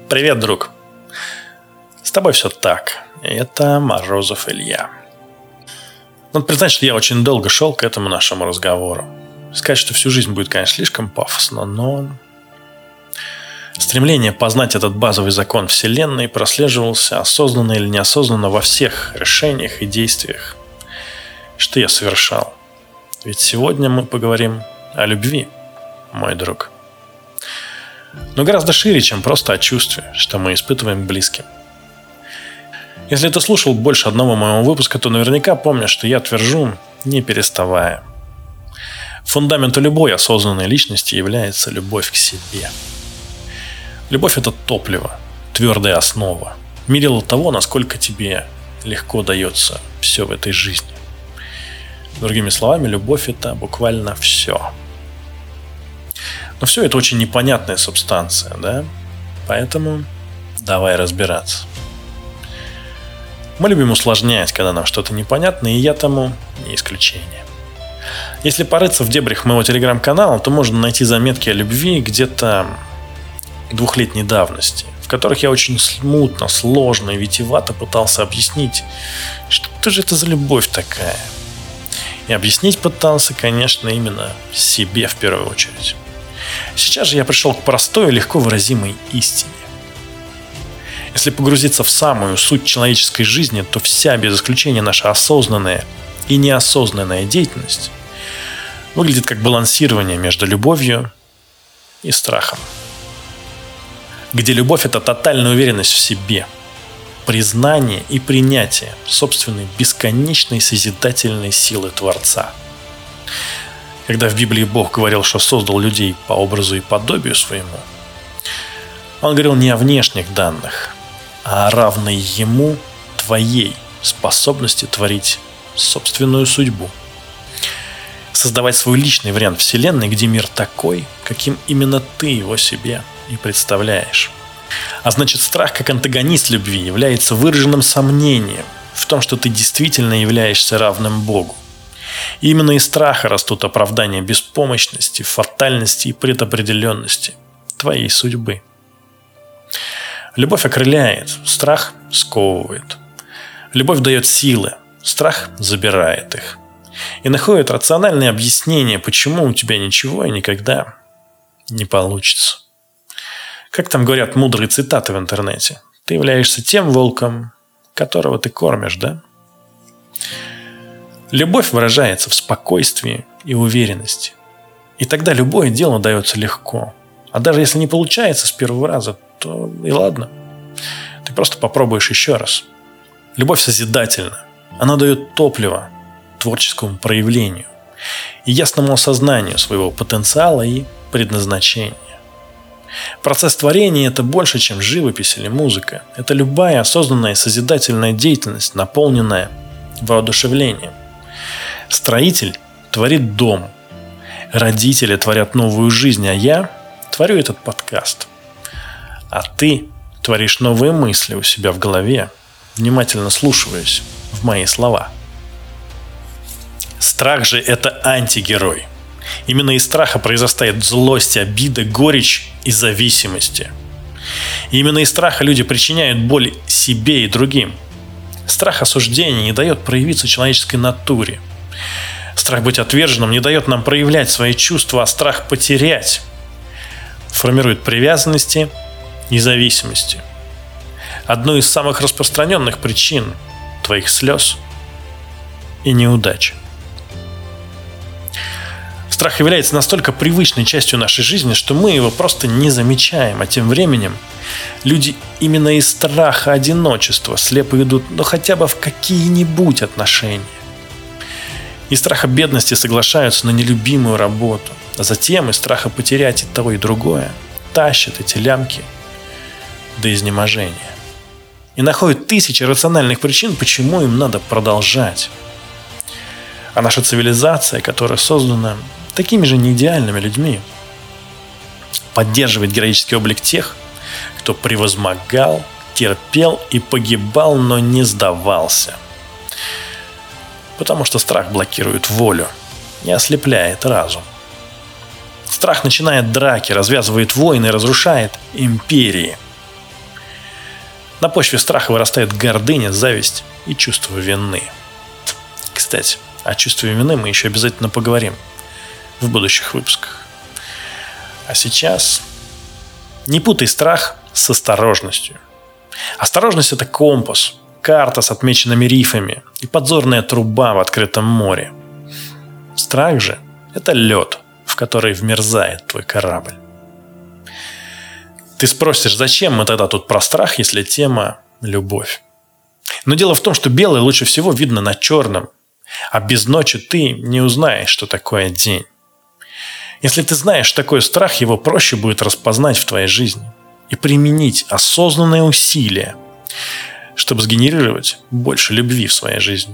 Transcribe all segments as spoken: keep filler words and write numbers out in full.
Привет, друг. С тобой все так. Это Морозов Илья. Надо признать, что я очень долго шел к этому нашему разговору. Сказать, что всю жизнь будет, конечно, слишком пафосно, но стремление познать этот базовый закон Вселенной прослеживался осознанно или неосознанно во всех решениях и действиях, что я совершал. Ведь сегодня мы поговорим о любви, мой друг. Но гораздо шире, чем просто о чувстве, что мы испытываем к близким. Если ты слушал больше одного моего выпуска, то наверняка помнишь, что я твержу, не переставая. Фундаментом любой осознанной личности является любовь к себе. Любовь – это топливо, твердая основа, мерило того, насколько тебе легко дается все в этой жизни. Другими словами, любовь – это буквально все. Но все это очень непонятная субстанция, да? Поэтому давай разбираться. Мы любим усложнять, когда нам что-то непонятно, и я тому не исключение. Если порыться в дебрях моего телеграм-канала, то можно найти заметки о любви где-то двухлетней давности, в которых я очень смутно, сложно и витиевато пытался объяснить, что же это за любовь такая. И объяснить пытался, конечно, именно себе в первую очередь. Сейчас же я пришел к простой и легко выразимой истине. Если погрузиться в самую суть человеческой жизни, то вся, без исключения, наша осознанная и неосознанная деятельность выглядит как балансирование между любовью и страхом. Где любовь – это тотальная уверенность в себе, признание и принятие собственной бесконечной созидательной силы Творца. Когда в Библии Бог говорил, что создал людей по образу и подобию своему, Он говорил не о внешних данных, а о равной Ему твоей способности творить собственную судьбу. Создавать свой личный вариант Вселенной, где мир такой, каким именно ты его себе и представляешь. А значит, страх как антагонист любви является выраженным сомнением в том, что ты действительно являешься равным Богу. И именно из страха растут оправдания беспомощности, фатальности и предопределенности твоей судьбы. Любовь окрыляет, страх сковывает. Любовь дает силы, страх забирает их. И находит рациональное объяснение, почему у тебя ничего и никогда не получится. Как там говорят мудрые цитаты в интернете? Ты являешься тем волком, которого ты кормишь, да? Любовь выражается в спокойствии и уверенности. И тогда любое дело дается легко. А даже если не получается с первого раза, то и ладно. Ты просто попробуешь еще раз. Любовь созидательна. Она дает топливо творческому проявлению и ясному осознанию своего потенциала и предназначения. Процесс творения – это больше, чем живопись или музыка. Это любая осознанная созидательная деятельность, наполненная воодушевлением. Строитель творит дом, родители творят новую жизнь, а я творю этот подкаст. А ты творишь новые мысли у себя в голове, внимательно слушаясь в мои слова. Страх же – это антигерой. Именно из страха произрастает злость, обида, горечь и зависимости. И именно из страха люди причиняют боль себе и другим. Страх осуждения не дает проявиться человеческой натуре. Страх быть отверженным не дает нам проявлять свои чувства, а страх потерять формирует привязанности и зависимости. Одну из самых распространенных причин твоих слез и неудач. Страх является настолько привычной частью нашей жизни, что мы его просто не замечаем, а тем временем люди именно из страха одиночества слепо идут, ну хотя бы в какие-нибудь отношения. Из страха бедности соглашаются на нелюбимую работу, а затем из страха потерять и того, и другое тащат эти лямки до изнеможения. И находят тысячи рациональных причин, почему им надо продолжать. А наша цивилизация, которая создана такими же неидеальными людьми, поддерживает героический облик тех, кто превозмогал, терпел и погибал, но не сдавался. Потому что страх блокирует волю и ослепляет разум. Страх начинает драки, развязывает войны и разрушает империи. На почве страха вырастает гордыня, зависть и чувство вины. Кстати, о чувстве вины мы еще обязательно поговорим в будущих выпусках. А сейчас не путай страх с осторожностью. Осторожность – это компас, карта с отмеченными рифами и подзорная труба в открытом море. Страх же – это лед, в который вмерзает твой корабль. Ты спросишь, зачем мы тогда тут про страх, если тема – любовь? Но дело в том, что белое лучше всего видно на черном, а без ночи ты не узнаешь, что такое день. Если ты знаешь, что такое страх, его проще будет распознать в твоей жизни и применить осознанные усилия, чтобы сгенерировать больше любви в своей жизни.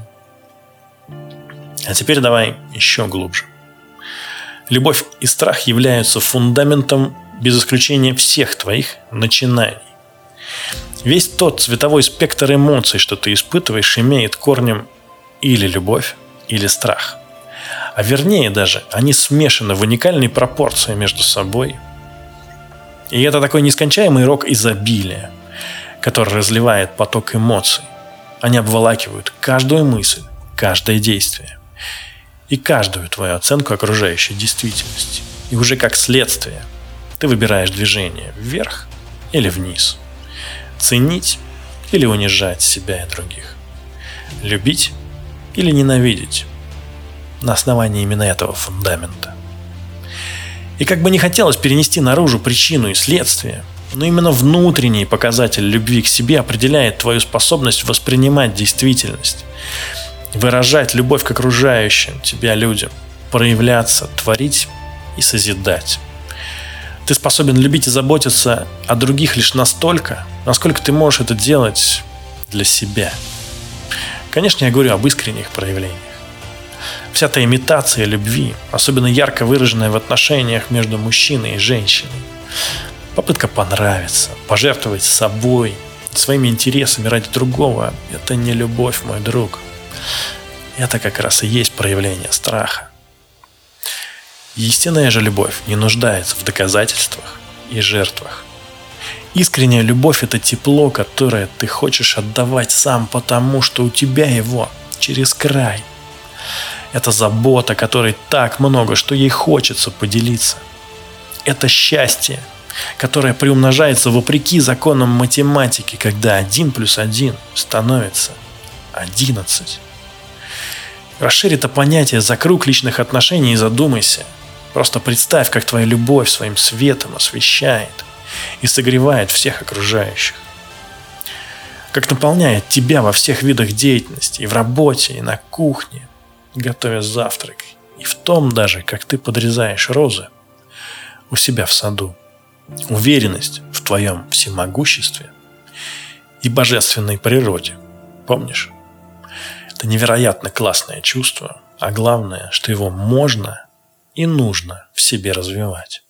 А теперь давай еще глубже. Любовь и страх являются фундаментом без исключения всех твоих начинаний. Весь тот цветовой спектр эмоций, что ты испытываешь, имеет корнем или любовь, или страх. А вернее даже, они смешаны в уникальной пропорции между собой. И это такой нескончаемый рок изобилия, который разливает поток эмоций. Они обволакивают каждую мысль, каждое действие и каждую твою оценку окружающей действительности. И уже как следствие ты выбираешь движение вверх или вниз, ценить или унижать себя и других, любить или ненавидеть на основании именно этого фундамента. И как бы не хотелось перенести наружу причину и следствие, но именно внутренний показатель любви к себе определяет твою способность воспринимать действительность, выражать любовь к окружающим тебя людям, проявляться, творить и созидать. Ты способен любить и заботиться о других лишь настолько, насколько ты можешь это делать для себя. Конечно, я говорю об искренних проявлениях. Вся та имитация любви, особенно ярко выраженная в отношениях между мужчиной и женщиной, попытка понравиться, пожертвовать собой, своими интересами ради другого – это не любовь, мой друг. Это как раз и есть проявление страха. Истинная же любовь не нуждается в доказательствах и жертвах. Искренняя любовь – это тепло, которое ты хочешь отдавать сам потому, что у тебя его через край. Это забота, которой так много, что ей хочется поделиться. Это счастье, которое приумножается вопреки законам математики, когда один плюс один становится одиннадцать. Расширь это понятие за круг личных отношений и задумайся. Просто представь, как твоя любовь своим светом освещает и согревает всех окружающих. Как наполняет тебя во всех видах деятельности, и в работе, и на кухне, готовя завтрак, и в том даже, как ты подрезаешь розы у себя в саду. Уверенность в твоем всемогуществе и божественной природе. Помнишь? Это невероятно классное чувство, а главное, что его можно и нужно в себе развивать.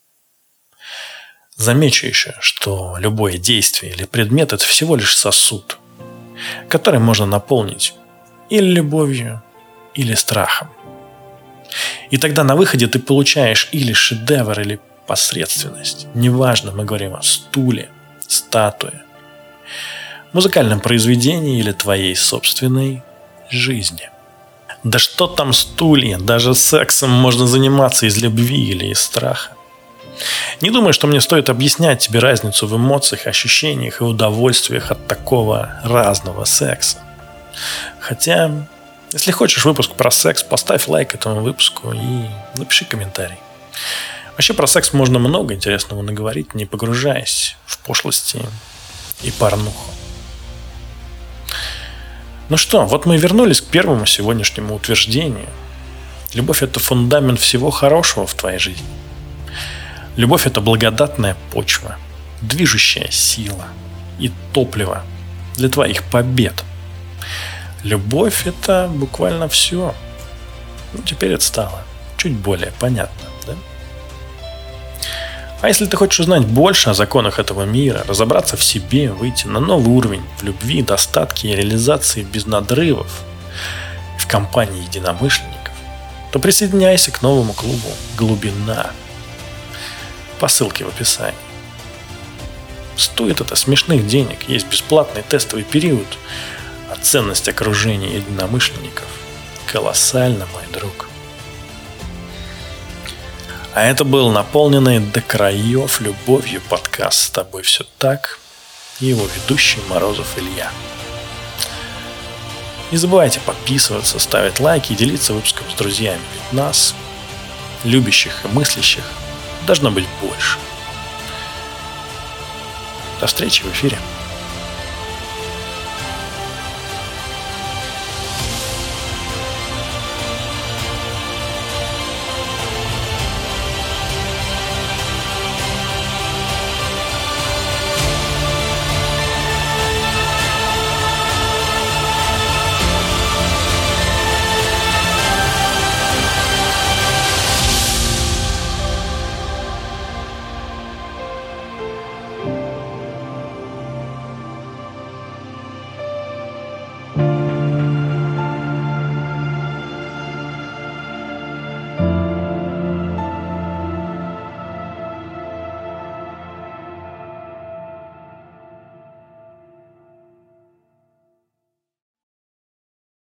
Замечу еще, что любое действие или предмет – это всего лишь сосуд, который можно наполнить или любовью, или страхом. И тогда на выходе ты получаешь или шедевр, или посредственность. Неважно, мы говорим о стуле, статуе, музыкальном произведении или твоей собственной жизни. Да что там стулья, даже сексом можно заниматься из любви или из страха. Не думаю, что мне стоит объяснять тебе разницу в эмоциях, ощущениях и удовольствиях от такого разного секса. Хотя, если хочешь выпуск про секс, поставь лайк этому выпуску и напиши комментарий. Вообще про секс можно много интересного наговорить, не погружаясь в пошлости и порнуху. Ну что, вот мы и вернулись к первому сегодняшнему утверждению. Любовь – это фундамент всего хорошего в твоей жизни. Любовь – это благодатная почва, движущая сила и топливо для твоих побед. Любовь – это буквально все. Ну, теперь это стало чуть более понятно, да? А если ты хочешь узнать больше о законах этого мира, разобраться в себе, выйти на новый уровень в любви, достатке и реализации без надрывов в компании единомышленников, то присоединяйся к новому клубу «Глубина» по ссылке в описании. Стоит это смешных денег, есть бесплатный тестовый период, а ценность окружения единомышленников колоссальна, мой друг. А это был наполненный до краев любовью подкаст «С тобой все так» и его ведущий Морозов Илья. Не забывайте подписываться, ставить лайки и делиться выпуском с друзьями, ведь нас, любящих и мыслящих, должно быть больше. До встречи в эфире.